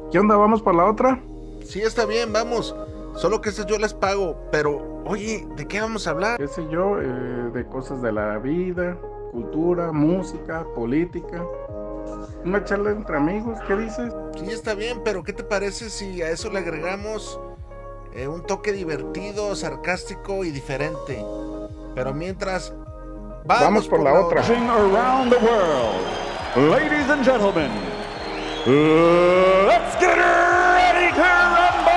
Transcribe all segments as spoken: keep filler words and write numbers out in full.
¿Qué onda? ¿Vamos por la otra? Sí, está bien, vamos. Solo que esas yo les pago. Pero, oye, ¿de qué vamos a hablar? ¿Qué sé yo? Eh, de cosas de la vida, cultura, música, política. Una charla entre amigos, ¿qué dices? Sí, está bien, pero ¿qué te parece si a eso le agregamos eh, un toque divertido, sarcástico y diferente? Pero mientras, Vamos vamos por por la la otra. otra. Around the world, ladies and gentlemen, let's get ready to rumble!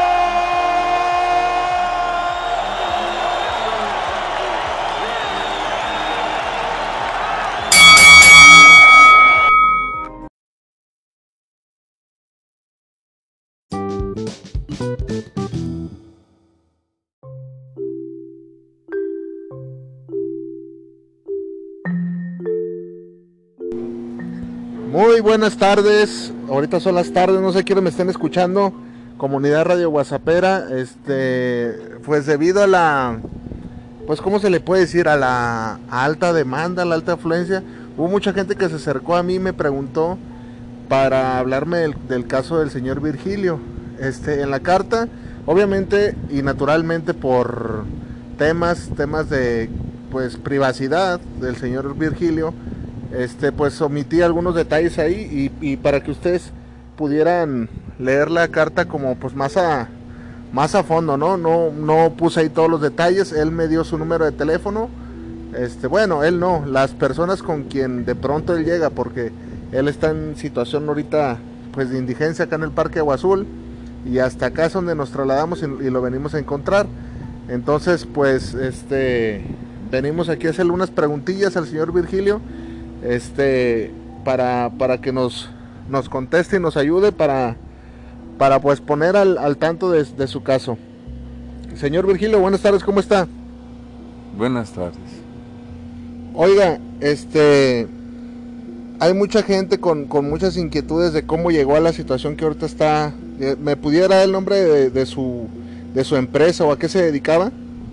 Muy buenas tardes. Ahorita son las tardes, no sé quiénes me estén escuchando. Comunidad Radio Guasapera, este, pues debido a la, pues cómo se le puede decir, a la alta demanda, a la alta afluencia, hubo mucha gente que se acercó a mí y me preguntó para hablarme del, del caso del señor Virgilio. Este, en la carta, obviamente y naturalmente por temas, temas de pues privacidad del señor Virgilio, este, pues omití algunos detalles ahí y, y para que ustedes pudieran leer la carta como pues más a más a fondo, ¿no? No, no puse ahí todos los detalles. Él me dio su número de teléfono. Este, bueno, él no, las personas con quien de pronto él llega, porque él está en situación ahorita pues de indigencia acá en el Parque Agua Azul y hasta acá es donde nos trasladamos y, y lo venimos a encontrar. Entonces, pues, este, venimos aquí a hacerle unas preguntillas al señor Virgilio, este, para, para que nos, nos conteste y nos ayude para, para pues poner al, al tanto de, de su caso. Señor Virgilio, buenas tardes, ¿cómo está? Buenas tardes. Oiga, este, hay mucha gente con, con muchas inquietudes de cómo llegó a la situación que ahorita está. ¿Me pudiera dar el nombre de, de su de su empresa o a qué se dedicaba?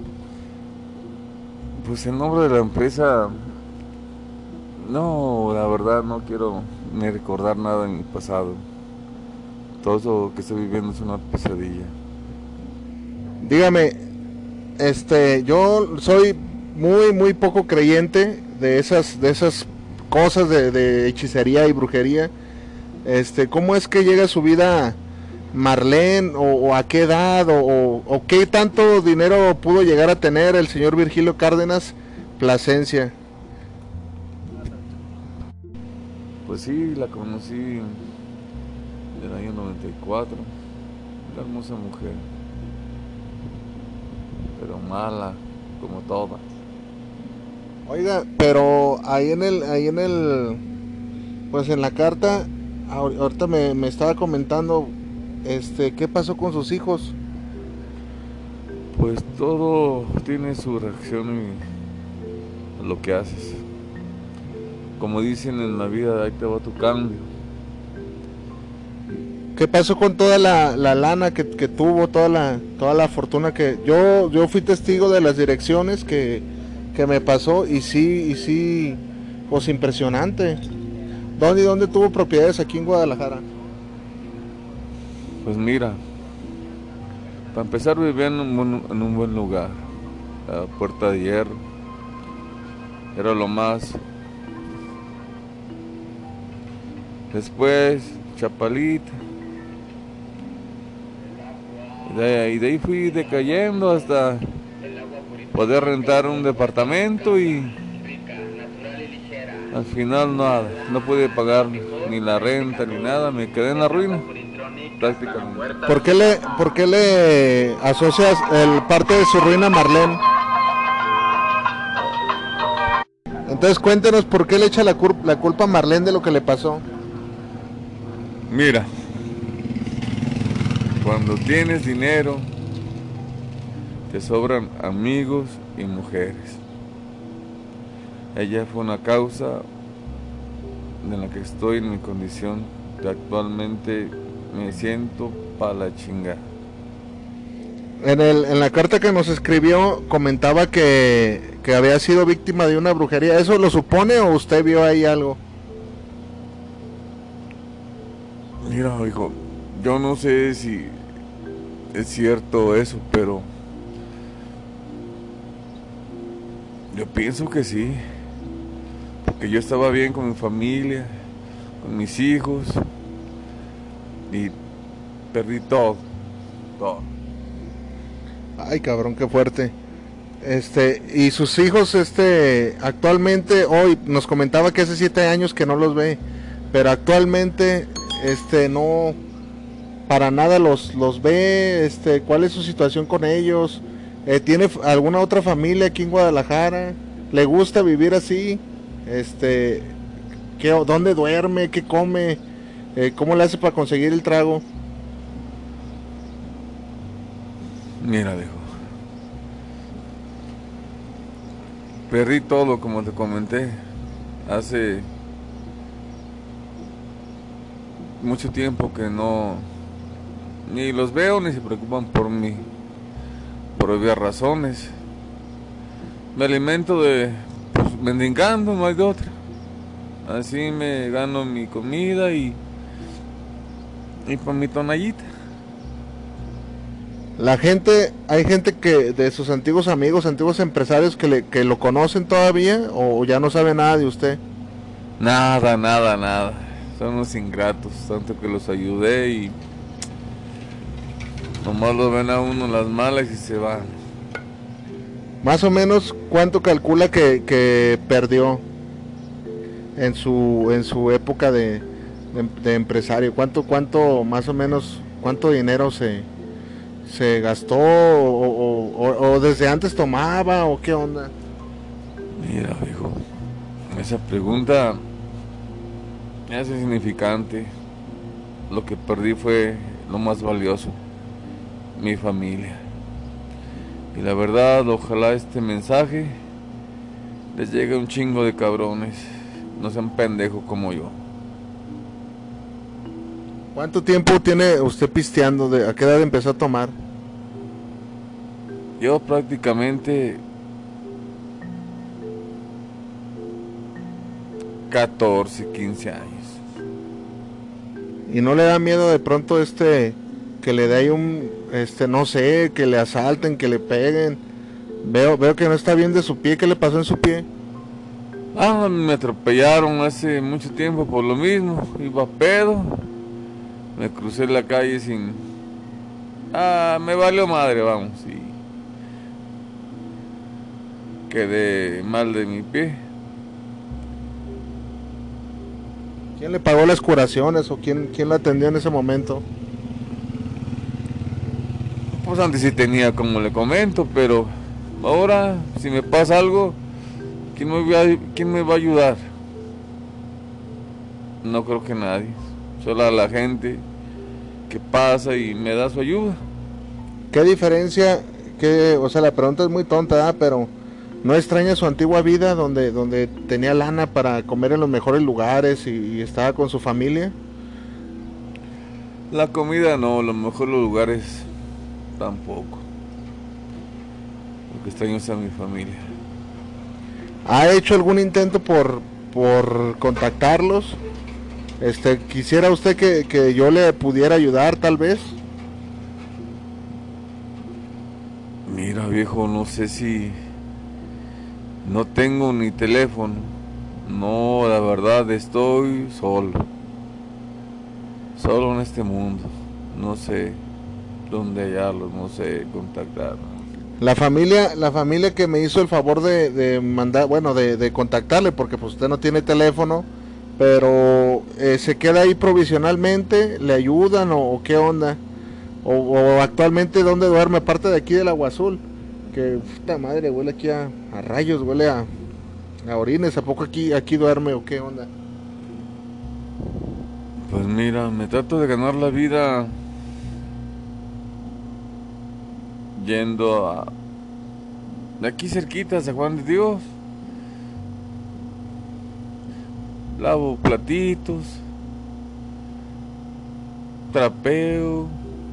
Pues el nombre de la empresa, no, la verdad no quiero ni recordar nada en mi pasado. Todo lo que estoy viviendo es una pesadilla. Dígame, este, yo soy muy muy poco creyente de esas de esas cosas de, de hechicería y brujería. Este, ¿cómo es que llega a su vida Marlene, o, o a qué edad, o, o, o qué tanto dinero pudo llegar a tener el señor Virgilio Cárdenas Plasencia? Pues sí, la conocí en el año noventa y cuatro. Una hermosa mujer, pero mala, como todas. Oiga, pero ahí en el, ahí en el, pues en la carta, ahor- ahorita me, me estaba comentando, este, ¿qué pasó con sus hijos? Pues todo tiene su reacción y a lo que haces. Como dicen en la vida, ahí te va tu cambio. ¿Qué pasó con toda la, la lana que, que tuvo, toda la, toda la fortuna que yo, yo fui testigo de las direcciones que, que me pasó y sí, y sí, pues impresionante. ¿Dónde y dónde tuvo propiedades aquí en Guadalajara? Pues mira, para empezar vivía en un, buen- en un buen lugar, la Puerta de Hierro, era lo más. Después Chapalita, y de ahí, de ahí fui decayendo hasta poder rentar un departamento y al final nada, no pude pagar ni la renta ni nada, me quedé en la ruina prácticamente. ¿Por qué le, por qué le asocias el parte de su ruina a Marlene? Entonces cuéntenos por qué le echa la, cur- la culpa a Marlene de lo que le pasó. Mira, cuando tienes dinero, te sobran amigos y mujeres. Ella fue una causa de la que estoy en mi condición, que actualmente me siento pa' la chingada. En, el, en la carta que nos escribió comentaba que, que había sido víctima de una brujería. ¿Eso lo supone o usted vio ahí algo? Mira, hijo, yo no sé si es cierto eso, pero yo pienso que sí, porque yo estaba bien con mi familia, con mis hijos, y perdí todo, todo. Ay, cabrón, qué fuerte. Este, y sus hijos, este, actualmente, hoy nos comentaba que hace siete años que no los ve, pero actualmente, este, no, para nada los, los ve, este, ¿cuál es su situación con ellos? Eh, ¿tiene f- alguna otra familia aquí en Guadalajara? ¿Le gusta vivir así? Este, ¿qué, dónde duerme? ¿Qué come? Eh, ¿cómo le hace para conseguir el trago? Mira, viejo, perdí todo, como te comenté, hace mucho tiempo que no, ni los veo ni se preocupan por mí, por obvias razones. Me alimento de, pues, mendigando, no hay de otra. Así me gano mi comida y, y por mi tonallita. La gente, hay gente que de sus antiguos amigos, antiguos empresarios que, le, que lo conocen todavía o ya no sabe nada de usted. Nada, nada, nada. Son unos ingratos, tanto que los ayudé y nomás lo ven a uno las malas y se van. Más o menos, ¿cuánto calcula que, que perdió en su en su época de, de, de empresario? ¿Cuánto, cuánto, más o menos, cuánto dinero se, se gastó o, o, o, o desde antes tomaba o qué onda? Mira, viejo, esa pregunta es significante. Lo que perdí fue lo más valioso, mi familia. Y la verdad, ojalá este mensaje les llegue a un chingo de cabrones. No sean pendejos como yo. ¿Cuánto tiempo tiene usted pisteando? ¿De, ¿A qué edad empezó a tomar? Yo prácticamente catorce, quince años. ¿Y no le da miedo de pronto este que le dé ahí un, este, no sé, que le asalten, que le peguen? Veo, veo que no está bien de su pie. ¿Qué le pasó en su pie? Ah, me atropellaron hace mucho tiempo por lo mismo. Iba pedo. Me crucé la calle sin... Ah, me valió madre, vamos. Y quedé mal de mi pie. ¿Quién le pagó las curaciones o quién, quién la atendió en ese momento? Pues antes sí tenía, como le comento, pero ahora, si me pasa algo, ¿quién me va a, quién me va a ayudar? No creo que nadie. Solo a la gente que pasa y me da su ayuda. ¿Qué diferencia? Qué, o sea, la pregunta es muy tonta, ¿ah? Pero ¿no extraña su antigua vida donde, donde tenía lana para comer en los mejores lugares y, y estaba con su familia? La comida no, los mejores lugares tampoco. Porque extraño a mi familia. ¿Ha hecho algún intento por, por contactarlos? Este, quisiera usted que, que yo le pudiera ayudar, tal vez. Mira, viejo, no sé si... No tengo ni teléfono. No, la verdad, estoy solo. Solo en este mundo. No sé dónde hallarlos, no sé contactarlos. La familia, la familia que me hizo el favor de, de mandar, bueno, de, de contactarle, porque pues usted no tiene teléfono, pero eh, se queda ahí provisionalmente, le ayudan o, o qué onda, o, o actualmente dónde duerme, aparte de aquí del Agua Azul, que puta madre, huele aquí a, a rayos, huele a, a orines, ¿a poco aquí, aquí duerme o qué onda? Pues mira, me trato de ganar la vida yendo a... de aquí cerquita, a San Juan de Dios. Lavo platitos, trapeo,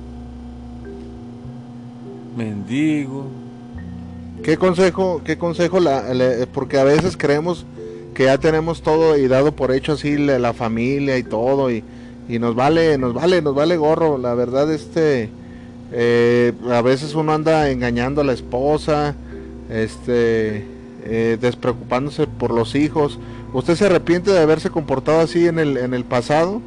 mendigo. ¿Qué consejo, qué consejo la, le- porque a veces creemos que ya tenemos todo y dado por hecho así la, la familia y todo y, y nos vale, nos vale, nos vale gorro, la verdad. Este, eh, a veces uno anda engañando a la esposa, este, eh, despreocupándose por los hijos. ¿Usted se arrepiente de haberse comportado así en el, en el pasado?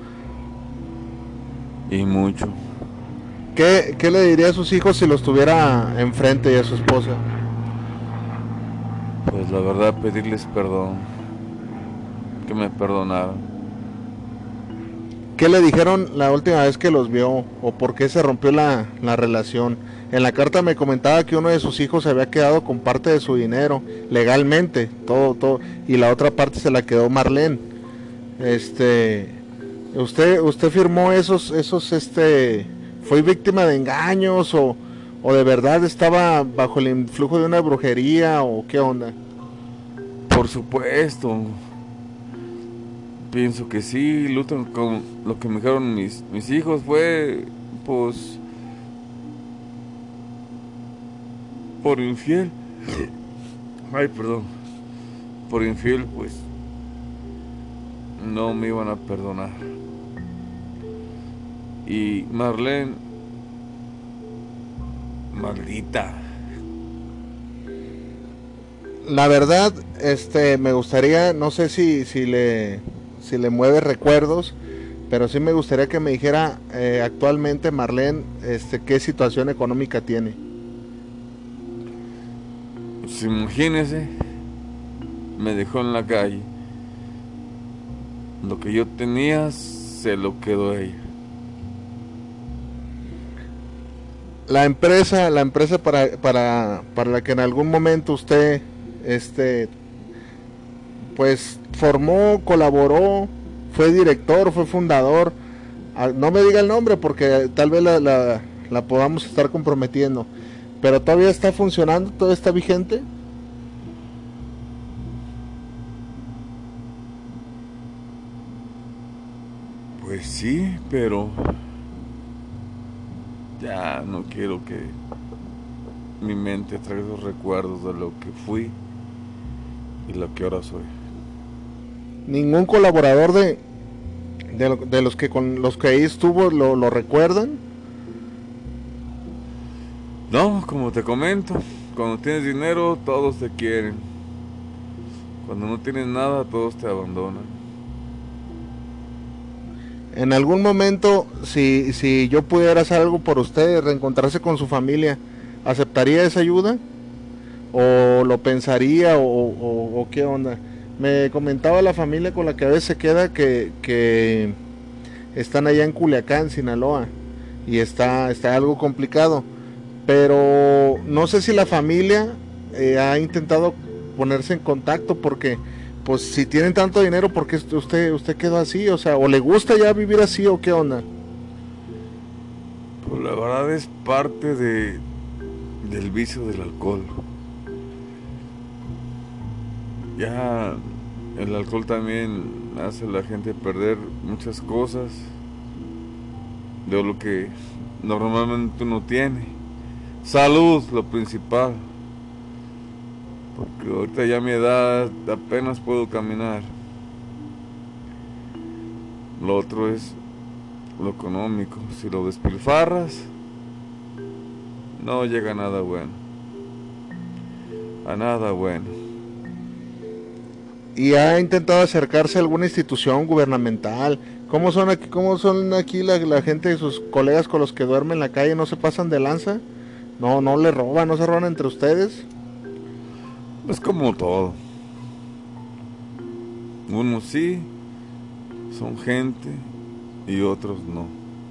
Y mucho. ¿Qué, ¿Qué le diría a sus hijos si los tuviera enfrente y a su esposa? Pues la verdad, pedirles perdón, que me perdonaran. ¿Qué le dijeron la última vez que los vio? ¿O por qué se rompió la, la relación? En la carta me comentaba que uno de sus hijos se había quedado con parte de su dinero, legalmente, todo, todo, y la otra parte se la quedó Marlene. Este, usted, usted firmó esos, esos, este, ¿fue víctima de engaños o, o de verdad estaba bajo el influjo de una brujería o qué onda? Por supuesto. Pienso que sí. Lo, con lo que me dijeron mis, mis hijos fue, pues, por infiel. Ay, perdón. Por infiel, pues, no me iban a perdonar. Y Marlene, maldita. La verdad, este, me gustaría, no sé si, si le, si le mueve recuerdos, pero sí me gustaría que me dijera eh, actualmente Marlene, este, qué situación económica tiene. Pues imagínese, me dejó en la calle. Lo que yo tenía se lo quedó ella. La empresa, la empresa para, para, para la que en algún momento usted, este, pues formó, colaboró, fue director, fue fundador, no me diga el nombre porque tal vez la, la, la podamos estar comprometiendo, pero todavía está funcionando, todavía está vigente. Pues sí, pero ya no quiero que mi mente traiga esos recuerdos de lo que fui y lo que ahora soy. Ningún colaborador de de, de los que con los que ahí estuvo lo, lo recuerdan. No, como te comento, cuando tienes dinero todos te quieren. Cuando no tienes nada todos te abandonan. En algún momento, si, si yo pudiera hacer algo por usted, reencontrarse con su familia, ¿aceptaría esa ayuda? ¿O lo pensaría? ¿O, o, o qué onda? Me comentaba la familia con la que a veces se queda que, que están allá en Culiacán, Sinaloa, y está, está algo complicado. Pero no sé si la familia eh, ha intentado ponerse en contacto porque... Pues si tienen tanto dinero, ¿por qué usted usted quedó así? O sea, ¿o le gusta ya vivir así o qué onda? Pues la verdad es parte de del vicio del alcohol. Ya el alcohol también hace a la gente perder muchas cosas de lo que normalmente uno tiene. Salud, lo principal. Porque ahorita ya a mi edad apenas puedo caminar. Lo otro es lo económico. Si lo despilfarras, no llega a nada bueno. A nada bueno. ¿Y ha intentado acercarse a alguna institución gubernamental? ¿Cómo son aquí, cómo son aquí la, la gente, sus colegas con los que duermen en la calle? ¿No se pasan de lanza? ¿No, no le roban, no se roban entre ustedes? Es como todo. Unos sí son gente y otros no.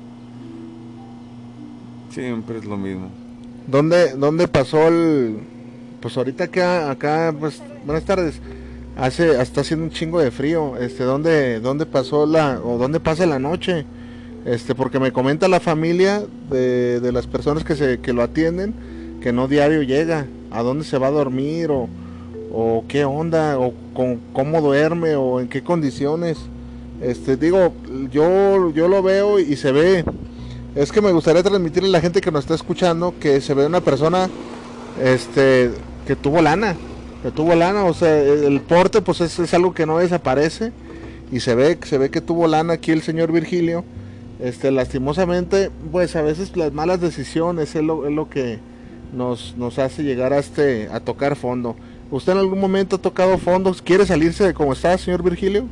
Siempre es lo mismo. ¿Dónde, dónde pasó el...? Pues ahorita acá, acá, pues, buenas tardes. Hace, está haciendo un chingo de frío. Este, ¿dónde, dónde pasó la, o dónde pasa la noche? Este, porque me comenta la familia de, de las personas que se, que lo atienden, que no diario llega. ¿A dónde se va a dormir? O, o qué onda, o con, cómo duerme, o en qué condiciones. Este, digo, yo, yo lo veo y se ve. Es que me gustaría transmitirle a la gente que nos está escuchando que se ve una persona, este, que tuvo lana, que tuvo lana, o sea, el porte pues es, es algo que no desaparece, y se ve, se ve que tuvo lana aquí el señor Virgilio. Este, lastimosamente, pues a veces las malas decisiones es lo, es lo que nos, nos hace llegar a este, a tocar fondo. ¿Usted en algún momento ha tocado fondos? ¿Quiere salirse de como está, señor Virgilio?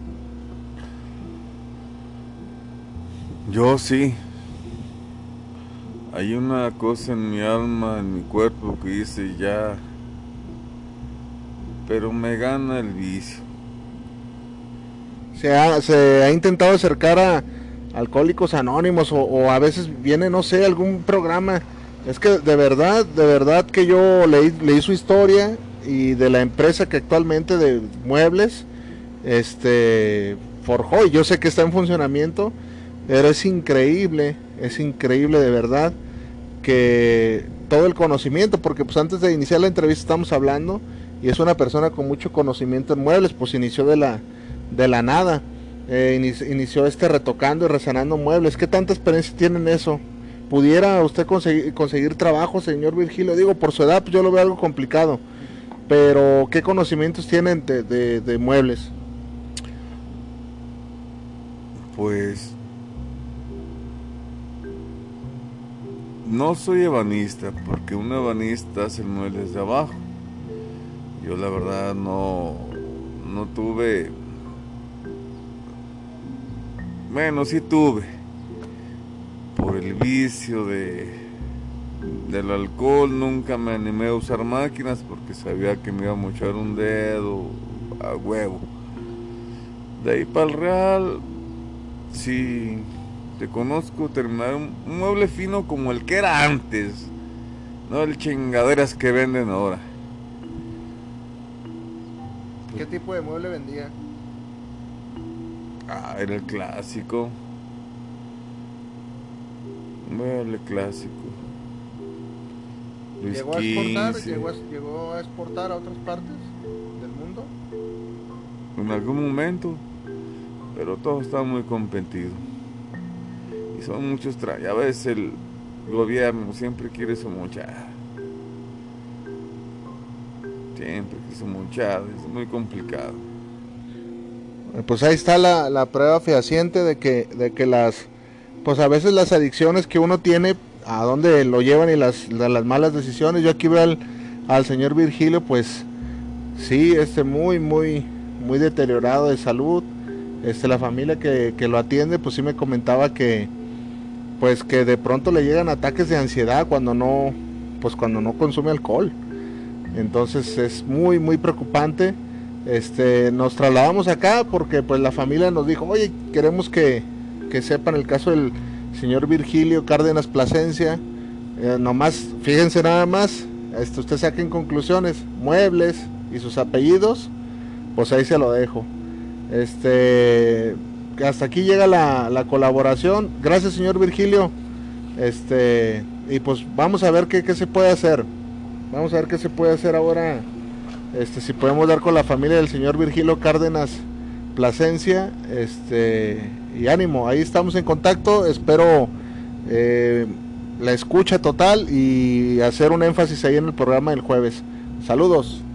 Yo sí. Hay una cosa en mi alma, en mi cuerpo que dice ya, pero me gana el vicio. Se ha, se ha intentado acercar a Alcohólicos Anónimos o, o a veces viene, no sé, algún programa. Es que de verdad, de verdad que yo leí, leí su historia y de la empresa que actualmente de muebles este forjó, y yo sé que está en funcionamiento, pero es increíble, es increíble de verdad que todo el conocimiento, porque pues antes de iniciar la entrevista estamos hablando y es una persona con mucho conocimiento en muebles, pues inició de la de la nada, eh, inició, inició este retocando y resanando muebles. ¿Qué tanta experiencia tiene en eso? ¿Pudiera usted conseguir, conseguir trabajo, señor Virgilio? Digo, por su edad pues yo lo veo algo complicado, pero ¿qué conocimientos tienen de, de, de muebles? Pues no soy ebanista, porque un ebanista hace el mueble desde abajo. Yo la verdad no, no tuve, bueno, sí tuve, por el vicio de del alcohol, nunca me animé a usar máquinas porque sabía que me iba a mochar un dedo a huevo. De ahí para el real, sí, te conozco terminar un, un mueble fino como el que era antes, no el chingaderas que venden ahora. ¿Qué tipo de mueble vendía? Ah, era el clásico. Mueble clásico. Luis ¿Llegó a exportar? quince. ¿Llegó a, ¿Llegó a exportar a otras partes del mundo? En algún momento, pero todo está muy competido. Y son muchos tra... Ya ves, el gobierno siempre quiere su mochada. Siempre quiere su mochada, es muy complicado. Pues ahí está la, la prueba fehaciente de que, de que las, pues a veces las adicciones que uno tiene, a dónde lo llevan y las, las malas decisiones. Yo aquí veo al, al señor Virgilio, pues sí, este muy, muy, muy deteriorado de salud. Este, la familia que, que lo atiende, pues sí me comentaba que, pues que de pronto le llegan ataques de ansiedad cuando no, pues cuando no consume alcohol. Entonces es muy, muy preocupante. Este, nos trasladamos acá porque pues la familia nos dijo, oye, queremos que, que sepan el caso del señor Virgilio Cárdenas Plasencia. Eh, nomás, fíjense nada más, este, usted saquen conclusiones, muebles y sus apellidos, pues ahí se lo dejo. Este, hasta aquí llega la, la colaboración. Gracias, señor Virgilio. Este, y pues vamos a ver qué, qué se puede hacer. Vamos a ver qué se puede hacer ahora. Este, si podemos dar con la familia del señor Virgilio Cárdenas Plasencia, este, y ánimo, ahí estamos en contacto. Espero eh, la escucha total y hacer un énfasis ahí en el programa del jueves. Saludos.